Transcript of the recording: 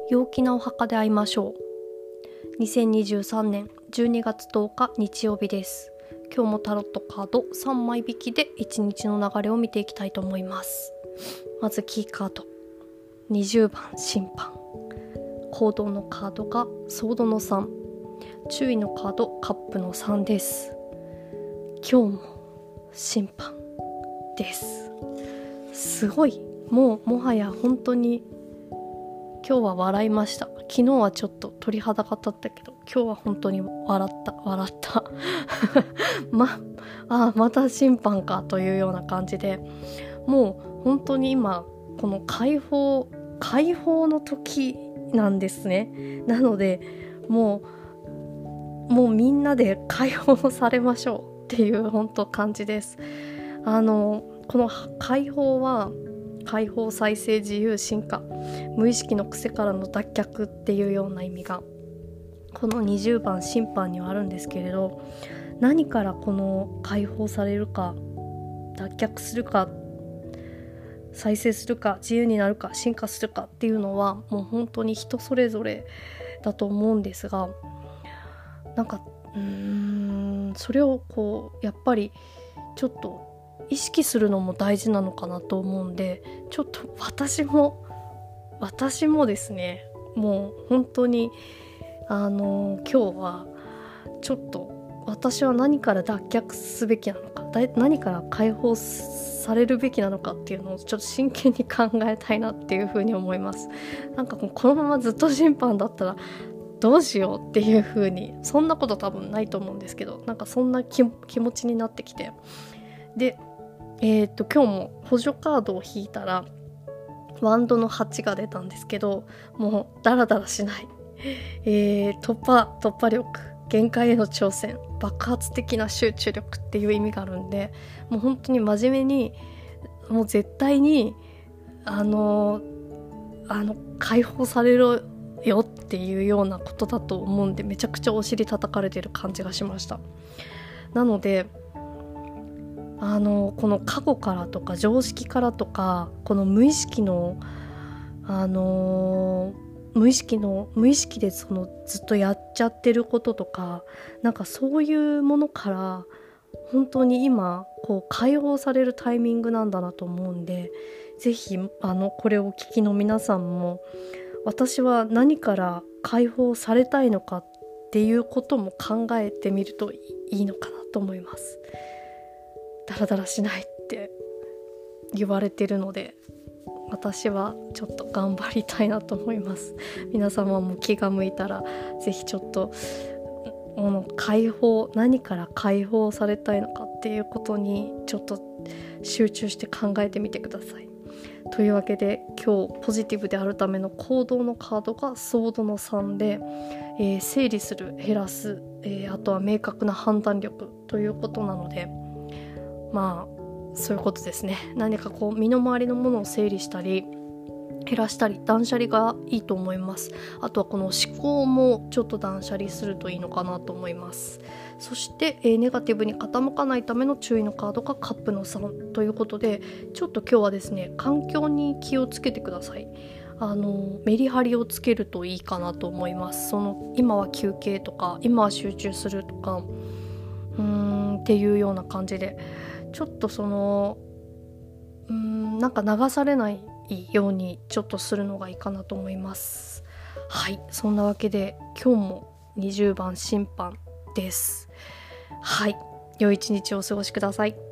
陽気なお墓で会いましょう。2023年12月10日日曜日です。今日もタロットカード3枚引きで1日の流れを見ていきたいと思います。まずキーカード20番審判、行動のカードがソードの3、注意のカードカップの3です。今日も審判です。すごい、もはや本当に今日は笑いました。昨日はちょっと鳥肌が立ったけど、今日は本当に笑ったまた審判かというような感じで、もう本当に今この解放の時なんですね。なのでもうみんなで解放されましょうっていう本当感じです。この解放は解放、再生、自由、進化、無意識の癖からの脱却っていうような意味がこの20番審判にはあるんですけれど、何からこの解放されるか、脱却するか、再生するか、自由になるか、進化するかっていうのはもう本当に人それぞれだと思うんですが、それをやっぱりちょっと意識するのも大事なのかなと思うんで、ちょっと私もですね、もう本当に今日はちょっと私は何から脱却すべきなのか、何から解放されるべきなのかっていうのをちょっと真剣に考えたいなっていうふうに思います。このままずっと審判だったらどうしようっていうふうに、そんなこと多分ないと思うんですけど、そんな気持ちになってきて、で今日も補助カードを引いたらワンドの8が出たんですけど、もうダラダラしない、突破力、限界への挑戦、爆発的な集中力っていう意味があるんで、もう本当に真面目に、もう絶対に解放されるよっていうようなことだと思うんで、めちゃくちゃお尻叩かれてる感じがしました。なのでこの過去からとか常識からとか、この無意識でずっとやっちゃってることとか、そういうものから本当に今解放されるタイミングなんだなと思うんで、ぜひこれをお聞きの皆さんも、私は何から解放されたいのかっていうことも考えてみるといいのかなと思います。ダラダラしないって言われてるので、私はちょっと頑張りたいなと思います。皆様も気が向いたらぜひちょっと何から解放されたいのかっていうことにちょっと集中して考えてみてください。というわけで、今日ポジティブであるための行動のカードがソードの3で、整理する、減らす、あとは明確な判断力ということなので、そういうことですね。何か身の回りのものを整理したり減らしたり、断捨離がいいと思います。あとはこの思考もちょっと断捨離するといいのかなと思います。そして、ネガティブに傾かないための注意のカードがカップの3ということで、ちょっと今日はですね、環境に気をつけてください。メリハリをつけるといいかなと思います。今は休憩とか、今は集中するとかっていうような感じで、ちょっと流されないようにちょっとするのがいいかなと思います。はい、そんなわけで今日も20番審判です。はい、良い一日をお過ごしください。